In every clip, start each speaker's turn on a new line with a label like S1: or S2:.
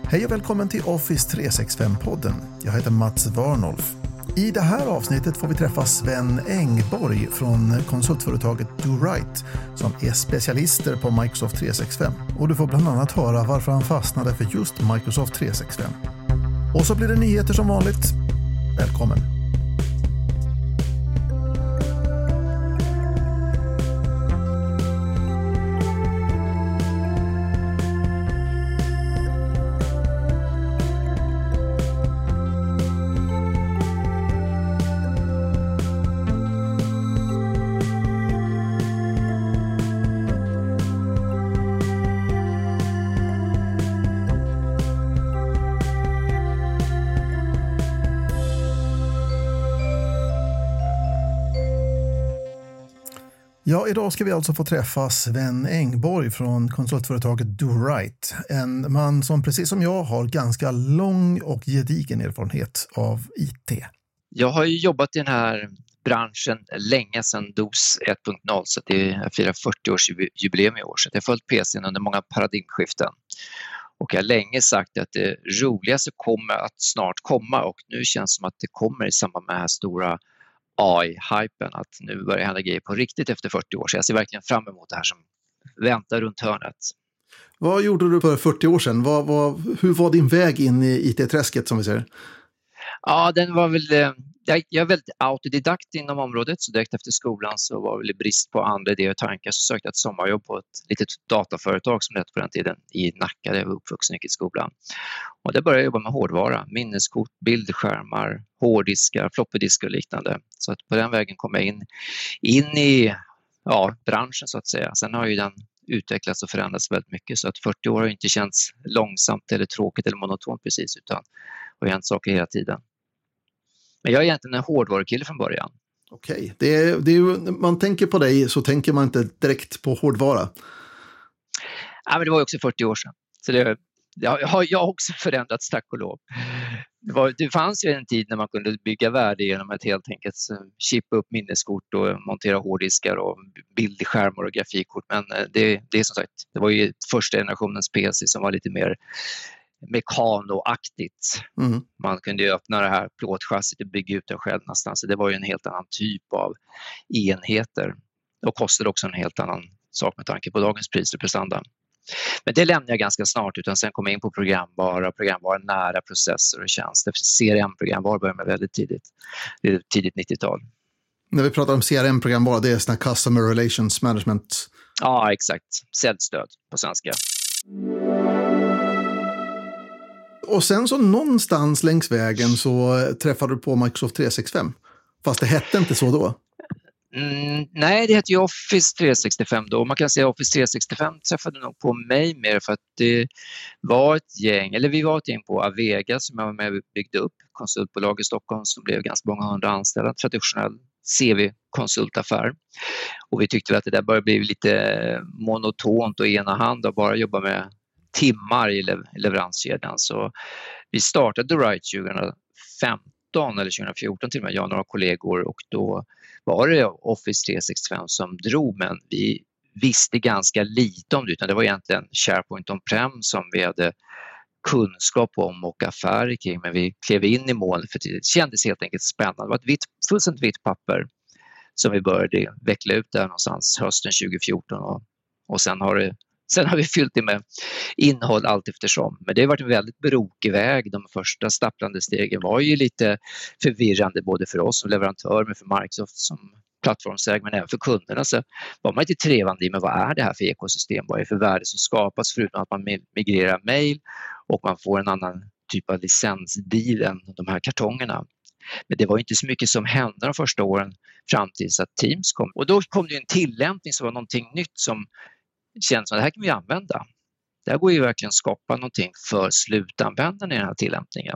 S1: Hej och välkommen till Office 365-podden. Jag heter Mats Warnolf. I det här avsnittet får vi träffa Sven Engborg från konsultföretaget DoRight som är specialister på Microsoft 365. Och du får bland annat höra varför han fastnade för just Microsoft 365. Och så blir det nyheter som vanligt. Välkommen! Ja, idag ska vi alltså få träffa Sven Engborg från konsultföretaget DoRight. En man som precis som jag har ganska lång och gedigen erfarenhet av IT.
S2: Jag har ju jobbat i den här branschen länge sedan DOS 1.0 så det firar 40-årsjubileum i år. Så jag har följt PC:n under många paradigmskiften. Och jag har länge sagt att det roligaste kommer att snart komma och nu känns det som att det kommer i samband med den här stora AI-hypen, att nu börjar hända grejer på riktigt efter 40 år. Så jag ser verkligen fram emot det här som väntar runt hörnet.
S1: Vad gjorde du för 40 år sedan? Hur var din väg in i IT-träsket som vi säger?
S2: Ja, den var väl... Jag är väldigt autodidakt inom området, så direkt efter skolan så var det brist på andra idéer och tankar, så sökte jag ett sommarjobb på ett litet dataföretag som det hette på den tiden i Nacka, där jag var uppvuxen i skolan. Och där började jag jobba med hårdvara, minneskort, bildskärmar, hårddiskar, floppydiskar och liknande. Så att på den vägen kom jag in i branschen så att säga. Sen har ju den utvecklats och förändrats väldigt mycket, så att 40 år har inte känts långsamt eller tråkigt eller monotont precis, utan har hänt saker hela tiden. Men jag är egentligen en hårdvarukille från början.
S1: Okej, det är man tänker på dig så tänker man inte direkt på hårdvara.
S2: Ja, men det var ju också 40 år sedan. Så jag har också förändrats, tack och lov. Det fanns ju en tid när man kunde bygga värde genom att helt enkelt chippa upp minneskort och montera hårddiskar och bildskärmar och grafikkort. Men det är som sagt, det var ju första generationens PC som var lite mer mekanoaktigt. Man kunde ju öppna det här plåtchassit och bygga ut det själv nästan. Så det var ju en helt annan typ av enheter. Och kostade också en helt annan sak med tanke på dagens priser och prestanda. Men det lämnade jag ganska snart, utan sen kom jag in på programvara nära processor och tjänster. CRM-programvara började med väldigt tidigt. Det är tidigt 90-tal.
S1: När vi pratar om CRM-programvara, det är såna Customer Relations Management.
S2: Ja, exakt. Säljstöd på svenska.
S1: Och sen så någonstans längs vägen så träffade du på Microsoft 365. Fast det hette inte så då.
S2: Nej, det hette ju Office 365 då. Man kan säga att Office 365 träffade nog på mig mer för att det var vi var ett gäng på Avega som jag var med och byggde upp. Konsultbolag i Stockholm som blev ganska många hundra anställda. Traditionell CV-konsultaffär. Och vi tyckte att det där började bli lite monotont och enahand och bara jobba med timmar i leveranskedjan. Så vi startade DoRight 2015 eller 2014 till och med, jag och några kollegor, och då var det Office 365 som drog, men vi visste ganska lite om det, utan det var egentligen SharePoint on-prem som vi hade kunskap om och affärer kring, men vi klev in i molnet för det kändes helt enkelt spännande. Det var ett fullständigt vitt papper som vi började veckla ut där någonstans hösten 2014 och sen har vi fyllt det med innehåll allt eftersom. Men det har varit en väldigt brokig väg. De första stapplande stegen var ju lite förvirrande både för oss som leverantör, men för Microsoft som plattformsägare, men även för kunderna. Så var man lite trevande i, men vad är det här för ekosystem? Vad är det för värde som skapas förutom att man migrerar mejl och man får en annan typ av licensdeal än de här kartongerna. Men det var inte så mycket som hände de första åren fram tills att Teams kom. Och då kom det en tillämpning som var någonting nytt som känns som att det här kan vi använda. Det här går ju verkligen att skapa någonting för slutanvändaren i den här tillämpningen.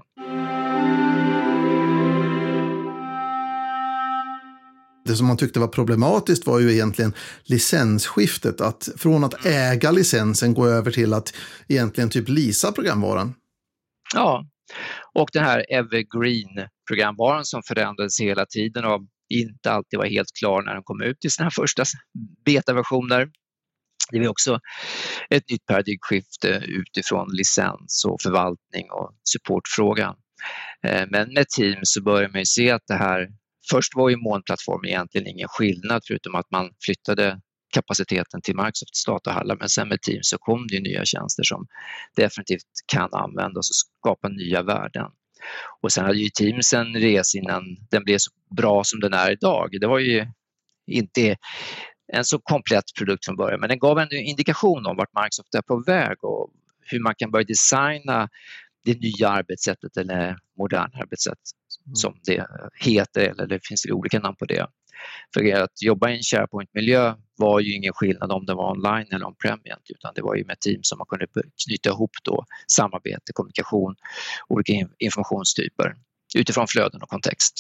S1: Det som man tyckte var problematiskt var ju egentligen licensskiftet. Att från att äga licensen gå över till att egentligen typ leasa programvaran.
S2: Ja, och den här Evergreen-programvaran som förändrades hela tiden och inte alltid var helt klar när den kom ut i sina första betaversioner. Det är också ett nytt paradigmskifte utifrån licens och förvaltning och supportfrågan. Men med Teams så börjar man ju se att det här, först var ju molnplattformen egentligen ingen skillnad förutom att man flyttade kapaciteten till Microsofts datahallar, men sen med Teams så kom det ju nya tjänster som definitivt kan användas och skapa nya värden. Och sen hade ju Teams en resa innan den blev så bra som den är idag. Det var ju inte en så komplett produkt från början, men den gav en indikation om vart Microsoft är på väg och hur man kan börja designa det nya arbetssättet eller moderna arbetssätt som det heter, eller det finns olika namn på det. För att jobba i en SharePoint-miljö var ju ingen skillnad om det var online eller on-prem egentligen, utan det var ju med Teams som man kunde knyta ihop då samarbete, kommunikation, olika informationstyper utifrån flöden och kontext.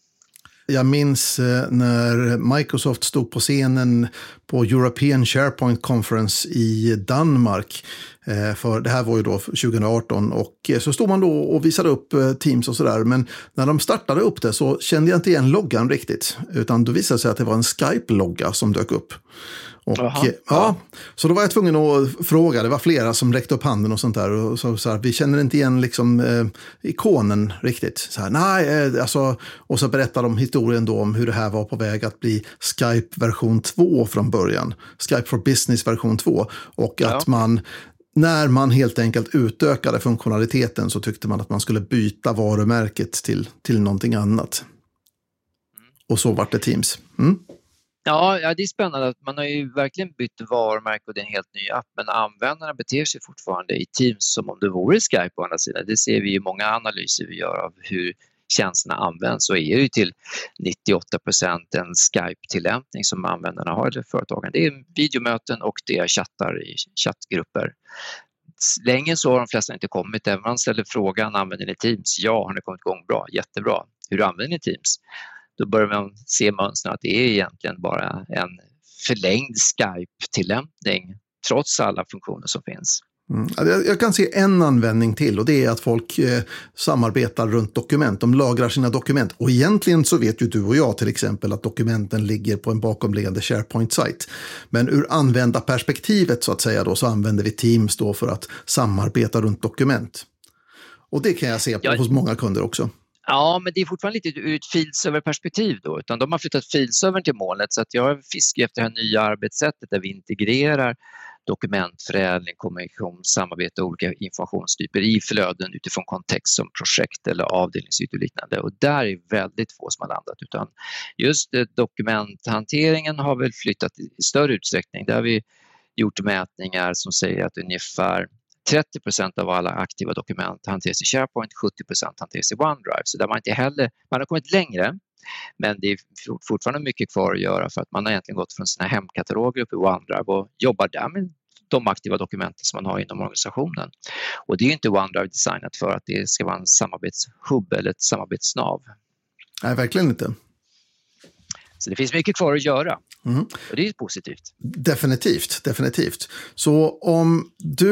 S1: Jag minns när Microsoft stod på scenen på European SharePoint Conference i Danmark. För det här var ju då 2018 och så stod man då och visade upp Teams och sådär. Men när de startade upp det så kände jag inte igen loggan riktigt. Utan då visade det sig att det var en Skype-logga som dök upp. Och, ja, så då var jag tvungen att fråga, det var flera som räckte upp handen och sånt där. Och så här, vi känner inte igen liksom ikonen riktigt. Så här, nej, alltså, och så berättade de historien då om hur det här var på väg att bli Skype version 2 från början. Skype for Business version 2. Och att man, när man helt enkelt utökade funktionaliteten så tyckte man att man skulle byta varumärket till någonting annat. Och så var det Teams.
S2: Ja, det är spännande att man har ju verkligen bytt varumärke och det är en helt ny app, men användarna beter sig fortfarande i Teams som om det vore Skype på andra sidan. Det ser vi i många analyser vi gör av hur tjänsterna används, och är ju till 98% en Skype-tillämpning som användarna har i företagen. Det är videomöten och det är chattar i chattgrupper. Länge så har de flesta inte kommit. Även om man ställer frågan, använder ni Teams? Ja, har ni kommit igång bra? Jättebra. Hur använder ni Teams? Då börjar man se mönstren att det är egentligen bara en förlängd Skype-tillämpning trots alla funktioner som finns.
S1: Jag kan se en användning till, och det är att folk samarbetar runt dokument. De lagrar sina dokument. Och egentligen så vet ju du och jag till exempel att dokumenten ligger på en bakomliggande SharePoint-sajt. Men ur användarperspektivet så att säga då, så använder vi Teams då för att samarbeta runt dokument. Och det kan jag se hos många kunder också.
S2: Ja, men det är fortfarande lite ur ett filserverperspektiv då, utan de har flyttat filservern till molnet, så att jag fiskar efter det här nya arbetssättet där vi integrerar dokumentförädling, kommunikation, samarbete och olika informationstyper i flöden utifrån kontext som projekt eller avdelningsytor och liknande. Och där är väldigt få som har landat, utan just dokumenthanteringen har väl flyttat i större utsträckning. Där har vi gjort mätningar som säger att ungefär 30% av alla aktiva dokument hanteras i SharePoint, 70% hanteras i OneDrive. Så där man har kommit längre, men det är fortfarande mycket kvar att göra, för att man har egentligen gått från sina hemkataloger upp i OneDrive och jobbar där med de aktiva dokumenten som man har inom organisationen. Och det är inte OneDrive designat för att det ska vara en samarbetshubb eller ett samarbetsnav.
S1: Nej, verkligen inte.
S2: Så det finns mycket kvar att göra. Och det är positivt.
S1: Definitivt. Så om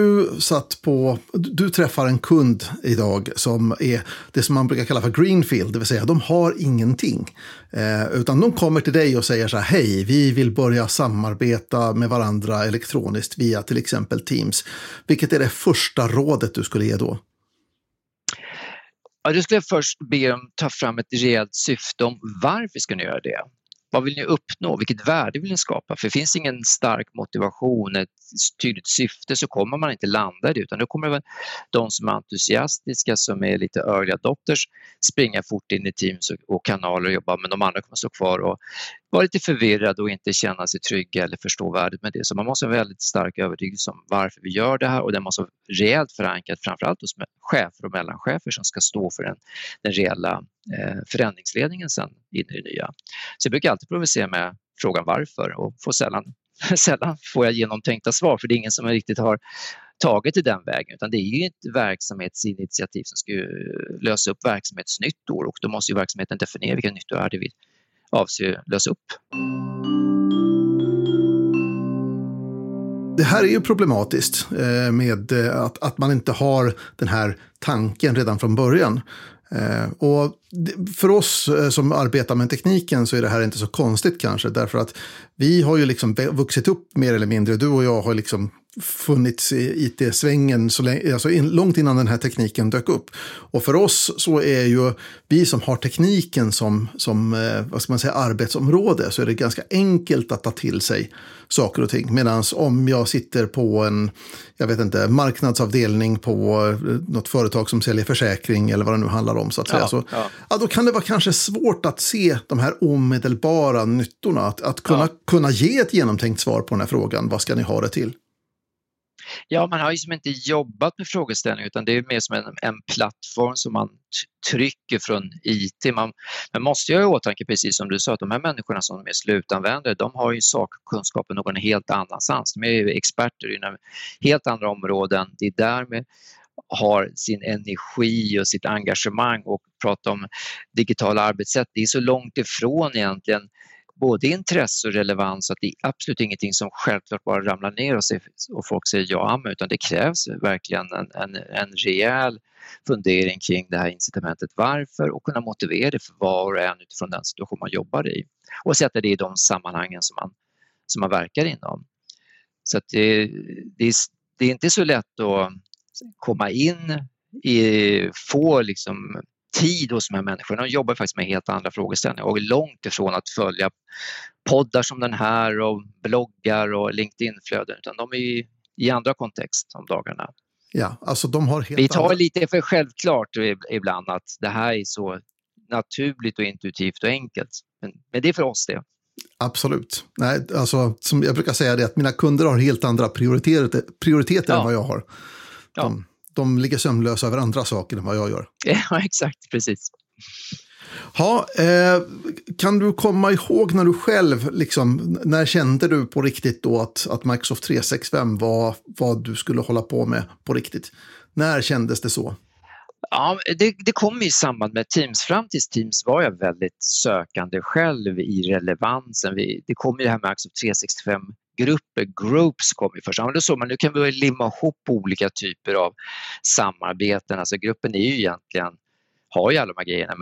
S1: du träffar en kund idag som är det som man brukar kalla för greenfield, det vill säga de har ingenting. Utan de kommer till dig och säger så här: hej, vi vill börja samarbeta med varandra elektroniskt via till exempel Teams. Vilket är det första rådet du skulle ge då?
S2: Ja, du skulle först be dem ta fram ett rejält syfte om varför ska ni göra det. Vad vill ni uppnå? Vilket värde vill ni skapa? För det finns ingen stark motivation, ett tydligt syfte, så kommer man inte landa i det. Utan då kommer det de som är entusiastiska, som är lite early adopters, springa fort in i Teams och kanaler och jobba. Men de andra kommer stå kvar och vara lite förvirrade och inte känna sig trygga eller förstå värdet med det. Så man måste ha en väldigt stark övertygelse om varför vi gör det här. Och den måste vara rejält förankrat, framförallt hos chefer och mellanchefer som ska stå för den reella förändringsledningen sen in i det nya. Så jag brukar alltid provocera med frågan varför, och sällan får jag genomtänkta svar, för det är ingen som riktigt har tagit i den vägen, utan det är ju ett verksamhetsinitiativ som ska lösa upp verksamhetsnyttor, och då måste ju verksamheten definiera vilka nyttor är det vi avser att lösa upp.
S1: Det här är ju problematiskt med att man inte har den här tanken redan från början. Och för oss som arbetar med tekniken så är det här inte så konstigt kanske, därför att vi har ju liksom vuxit upp mer eller mindre. Du och jag har liksom funnits i IT-svängen så länge, alltså långt innan den här tekniken dök upp. Och för oss så är ju vi som har tekniken som vad ska man säga, arbetsområde, så är det ganska enkelt att ta till sig saker och ting. Medan om jag sitter på en, jag vet inte, marknadsavdelning på något företag som säljer försäkring eller vad det nu handlar om så att säga. Ja, då kan det vara kanske svårt att se de här omedelbara nyttorna. Att kunna ge ett genomtänkt svar på den här frågan. Vad ska ni ha det till?
S2: Ja, man har ju som inte jobbat med frågeställning, utan det är mer som en plattform som man trycker från IT. Man måste ju ha i åtanke, precis som du sa, att de här människorna som är slutanvändare, de har ju sakkunskapen någon helt annanstans. De är ju experter inom helt andra områden. Det är därmed har sin energi och sitt engagemang, och prata om digitala arbetssätt. Det är så långt ifrån egentligen både intresse och relevans att det är absolut ingenting som självklart bara ramlar ner och folk säger ja med, utan det krävs verkligen en rejäl fundering kring det här incitamentet. Varför? Och kunna motivera det för var och en utifrån den situation man jobbar i. Och sätta det i de sammanhangen som man verkar inom. Så att det är inte så lätt att komma in få liksom tid hos de här människorna. De jobbar faktiskt med helt andra frågeställningar och är långt ifrån att följa poddar som den här och bloggar och LinkedIn-flöden, utan de är i andra kontext om dagarna.
S1: Ja, alltså de har helt
S2: Vi tar lite för självklart ibland att det här är så naturligt och intuitivt och enkelt. Men det är för oss det.
S1: Absolut. Nej, alltså, som jag brukar säga det, att mina kunder har helt andra prioriteter än vad jag har. De ligger sömnlösa över andra saker än vad jag gör.
S2: Ja, exakt, precis.
S1: Ja, kan du komma ihåg när du själv, liksom, när kände du på riktigt då att Microsoft 365 var vad du skulle hålla på med på riktigt? När kändes det så?
S2: Ja, det kom i samband med Teams. Fram till Teams var jag väldigt sökande själv i relevansen. Det kom ju det här med Microsoft 365 groups kom ju först. Då såg man, nu kan vi limma ihop olika typer av samarbeten. Alltså gruppen är ju egentligen, har ju alla de här grejerna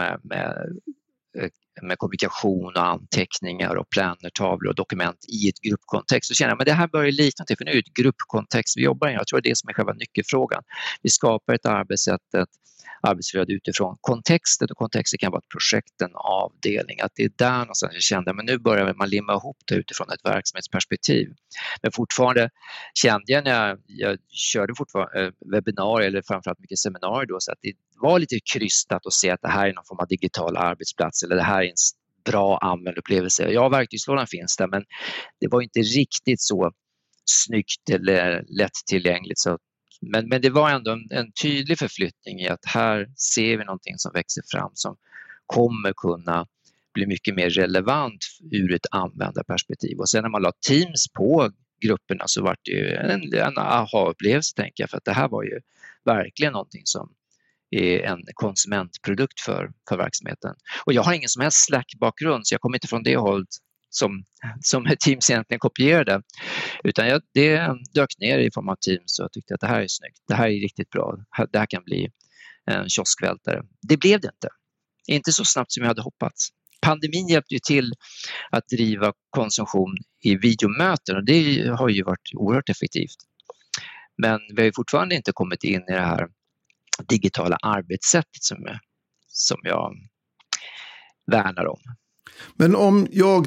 S2: med kommunikation och anteckningar och planertavlor och dokument i ett gruppkontext. Så känner jag, men det här börjar likna till, för nu är det ett gruppkontext vi jobbar i. Jag tror det är det som är själva nyckelfrågan. Vi skapar ett arbetsflöde utifrån kontexten, och kontexten kan vara ett projekt, en avdelning. Att det är där någonstans jag kände, men nu börjar man limma ihop det utifrån ett verksamhetsperspektiv. Men fortfarande kände jag när jag körde fortfarande webbinarier eller framförallt mycket seminarier då, så att det var lite krystat att se att det här är någon form av digital arbetsplats eller det här är en bra användarupplevelse. Ja, verktygslådan finns där, men det var inte riktigt så snyggt eller lättillgängligt. Så men det var ändå en tydlig förflyttning i att här ser vi någonting som växer fram som kommer kunna bli mycket mer relevant ur ett användarperspektiv. Och sen när man la Teams på grupperna så var det ju en aha-upplevelse, tänker jag, för att det här var ju verkligen någonting som är en konsumentprodukt för verksamheten. Och jag har ingen som helst Slack-bakgrund, så jag kommer inte från det hållet som Teams egentligen kopierade, utan det dök ner i form av Teams och tyckte att det här är snyggt, det här är riktigt bra, det här kan bli en kioskvältare. Det blev det inte så snabbt som jag hade hoppats. Pandemin hjälpte ju till att driva konsumtion i videomöten, och det har ju varit oerhört effektivt. Men vi har ju fortfarande inte kommit in i det här digitala arbetssättet som jag värnar om.
S1: Men om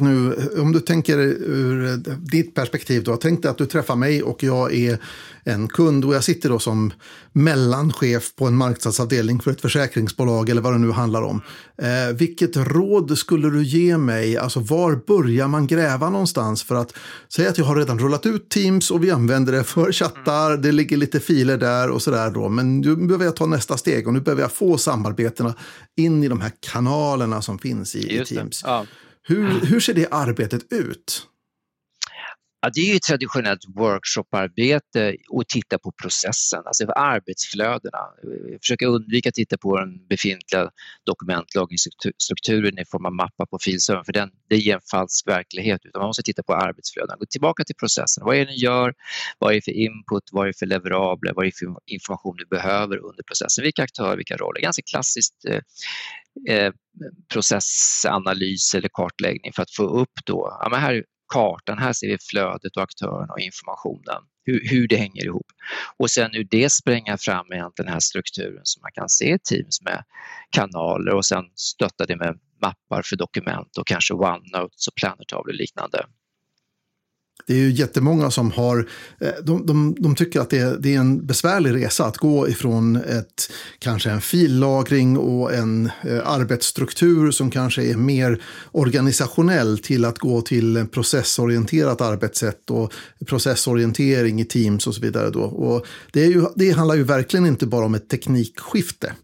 S1: du tänker ur ditt perspektiv då, tänk dig att du träffar mig och jag är en kund och jag sitter då som mellanchef på en marknadsavdelning för ett försäkringsbolag eller vad det nu handlar om. Vilket råd skulle du ge mig? Alltså var börjar man gräva någonstans? För att säga att jag har redan rullat ut Teams och vi använder det för chattar, det ligger lite filer där och sådär då. Men nu behöver jag ta nästa steg och nu behöver jag få samarbetena in i de här kanalerna som finns i Teams. Ja. Hur ser det arbetet ut?
S2: Ja, det är ju traditionellt workshoparbete och titta på processen, alltså arbetsflödena. Försöka undvika att titta på den befintliga dokumentlagringsstrukturen i form av mappar på filservern, för det ger en falsk verklighet, utan man måste titta på arbetsflödena. Gå tillbaka till processen. Vad är det den gör? Vad är det för input? Vad är det för leverabler? Vad är det för information du behöver under processen? Vilka aktörer, vilka roller? Ganska klassiskt processanalys eller kartläggning för att få upp då, ja, men här kartan, här ser vi flödet och aktörerna och informationen, hur det hänger ihop. Och sen ur det spränga fram egentligen den här strukturen som man kan se i Teams med kanaler och sen stötta det med mappar för dokument och kanske OneNote och plannertavlor och liknande.
S1: Det är ju jättemånga som har, de tycker att det är en besvärlig resa att gå ifrån kanske en fillagring och en arbetsstruktur som kanske är mer organisationell till att gå till processorienterat arbetssätt och processorientering i Teams och så vidare då. Och det handlar ju verkligen inte bara om ett teknikskifte.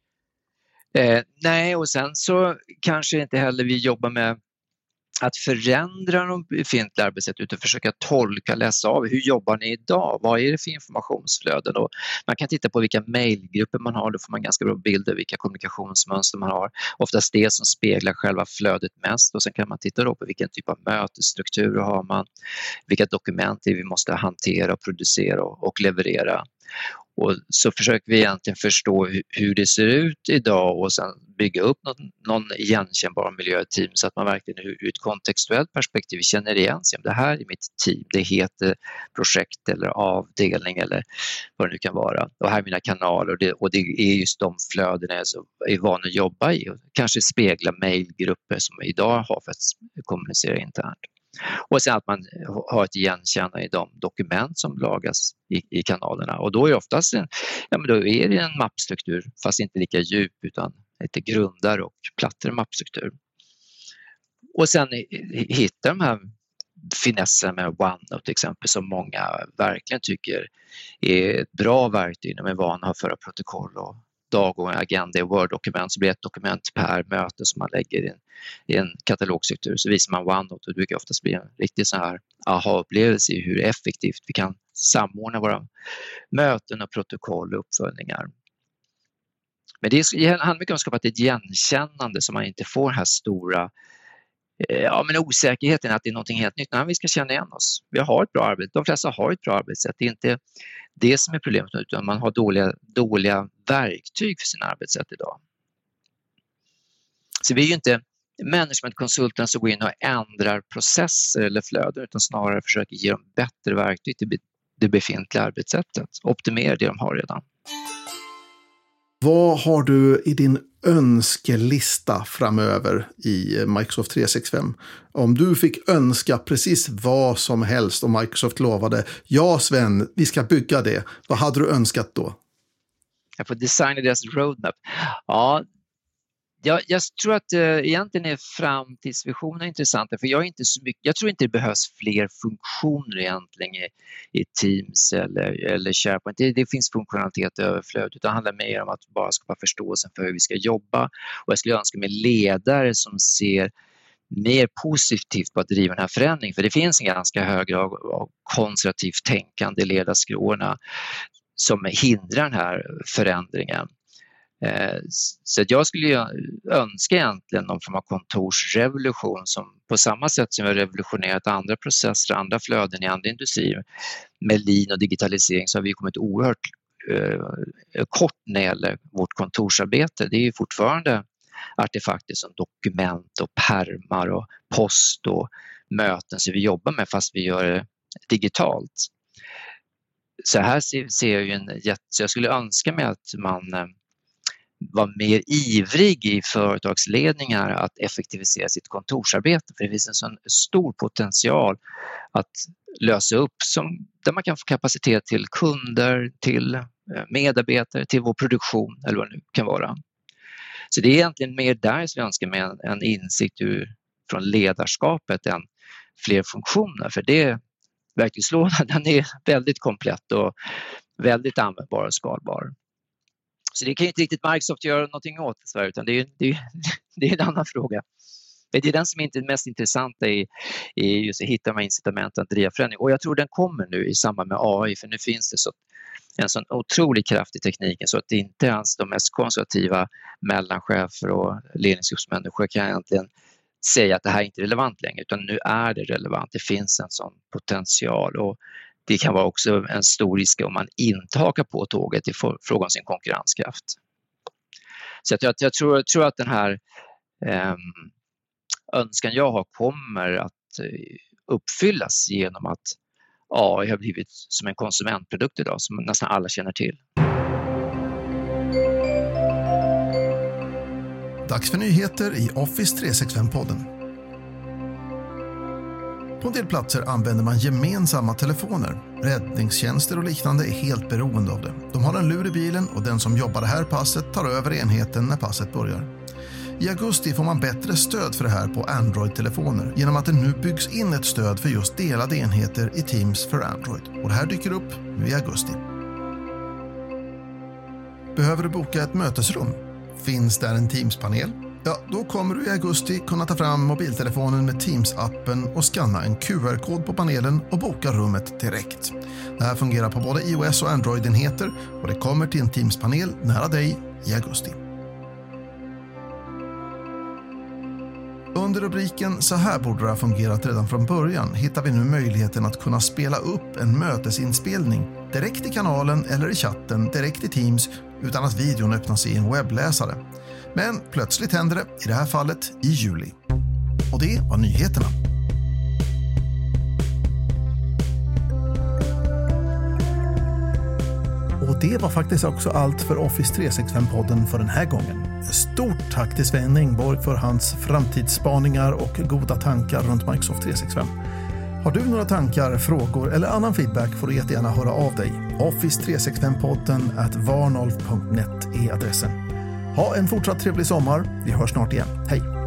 S2: Nej, och sen så kanske inte heller vi jobbar med att förändra de befintliga arbetssätt utan försöka tolka, läsa av hur jobbar ni idag? Vad är det för informationsflöden? Och man kan titta på vilka mejlgrupper man har, då får man ganska bra bilder vilka kommunikationsmönster man har. Oftast det som speglar själva flödet mest, och sen kan man titta då på vilken typ av mötesstrukturer har man, vilka dokument vi måste hantera och producera och leverera. Och så försöker vi egentligen förstå hur det ser ut idag och sen bygga upp någon igenkännbar miljö i team så att man verkligen ur ett kontextuellt perspektiv känner igen sig. Det här är mitt team, det heter projekt eller avdelning eller vad det nu kan vara. Och här är mina kanaler och det är just de flödena jag är van att jobba i och kanske spegla mejlgrupper som jag idag har för att kommunicera internt. Och sen att man har ett igenkännande i de dokument som lagras i kanalerna. Och då är det oftast då är det en mappstruktur, fast inte lika djup utan lite grundare och plattare mappstruktur. Och sen hitta de här finesserna med OneNote till exempel som många verkligen tycker är ett bra verktyg när man är van att föra protokoll och dagordning, agenda i Word-dokument, så blir det ett dokument per möte som man lägger i en katalogstruktur. Så visar man OneNote och det brukar oftast bli en riktig så här aha-upplevelse i hur effektivt vi kan samordna våra möten och protokoll och uppföljningar. Men det handlar mycket om att skapa ett igenkännande så man inte får den här stora osäkerheten att det är någonting helt nytt. Nej, vi ska känna igen oss. Vi har ett bra arbete. De flesta har ett bra arbetssätt. Det är inte det som är problemet, utan man har dåliga verktyg för sina arbetssätt idag. Så vi är ju inte managementkonsulterna som går in och ändrar processer eller flöden, utan snarare försöker ge dem bättre verktyg till det befintliga arbetssättet. Optimera det de har redan.
S1: Vad har du i din önskelista framöver i Microsoft 365? Om du fick önska precis vad som helst och Microsoft lovade, ja Sven, vi ska bygga det. Vad hade du önskat då?
S2: Jag får designa deras roadmap. Ja, jag tror att egentligen är framtidsvisionen intressant, för jag tror inte det behövs fler funktioner egentligen i Teams eller SharePoint. Det finns funktionalitet överflöd, utan det handlar mer om att bara skapa förståelsen för hur vi ska jobba. Och jag skulle önska mig ledare som ser mer positivt på att driva den här förändringen, för det finns en ganska hög grad av konservativt tänkande i ledarskråorna som hindrar den här förändringen. Så jag skulle önska egentligen någon form av kontorsrevolution som på samma sätt som vi har revolutionerat andra processer, andra flöden i andra industrier med lean och digitalisering, så har vi kommit oerhört kort när det gäller vårt kontorsarbete. Det är ju fortfarande artefakter som dokument och pärmar och post och möten som vi jobbar med, fast vi gör det digitalt. Så här ser jag ju så jag skulle önska mig att man var mer ivrig i företagsledningar att effektivisera sitt kontorsarbete, för det finns en sån stor potential att lösa upp där man kan få kapacitet till kunder, till medarbetare, till vår produktion eller vad det nu kan vara. Så det är egentligen mer där som jag önskar mig en insikt från ledarskapet än fler funktioner, för det verktygslådan, den är väldigt komplett och väldigt användbar och skalbar. Så det kan ju inte riktigt Microsoft göra någonting åt i Sverige, utan det är en annan fråga. Det är den som är mest intressanta i just att hitta incitament att driva förändring. Och jag tror den kommer nu i samband med AI, för nu finns det en sån otrolig kraft i tekniken så att det inte ens de mest konservativa mellanchefer och ledningsgruppsmänniskor kan egentligen säga att det här är inte relevant längre, utan nu är det relevant. Det finns en sån potential och det kan vara också en stor risk om man inte hakar på tåget i fråga om sin konkurrenskraft. Så jag tror att den här önskan jag har kommer att uppfyllas genom att AI har blivit som en konsumentprodukt idag som nästan alla känner till.
S1: Dags för nyheter i Office 365-podden. På en del platser använder man gemensamma telefoner. Räddningstjänster och liknande är helt beroende av det. De har en lur i bilen och den som jobbar det här passet tar över enheten när passet börjar. I augusti får man bättre stöd för det här på Android-telefoner genom att det nu byggs in ett stöd för just delade enheter i Teams för Android. Och det här dyker upp nu i augusti. Behöver du boka ett mötesrum? Finns där en Teams-panel? Ja, då kommer du i augusti kunna ta fram mobiltelefonen med Teams-appen och skanna en QR-kod på panelen och boka rummet direkt. Det här fungerar på både iOS och Android-enheter och det kommer till en Teams-panel nära dig i augusti. Under rubriken "Så här borde det ha fungerat redan från början" hittar vi nu möjligheten att kunna spela upp en mötesinspelning direkt i kanalen eller i chatten direkt i Teams utan att videon öppnas i en webbläsare. Men plötsligt händer det, i det här fallet i juli. Och det var nyheterna. Och det var faktiskt också allt för Office 365-podden för den här gången. Stort tack till Sven Engborg för hans framtidsspaningar och goda tankar runt Microsoft 365. Har du några tankar, frågor eller annan feedback får du jättegärna höra av dig. Office365podden @varnolf.net är adressen. Ha en fortsatt trevlig sommar. Vi hörs snart igen. Hej!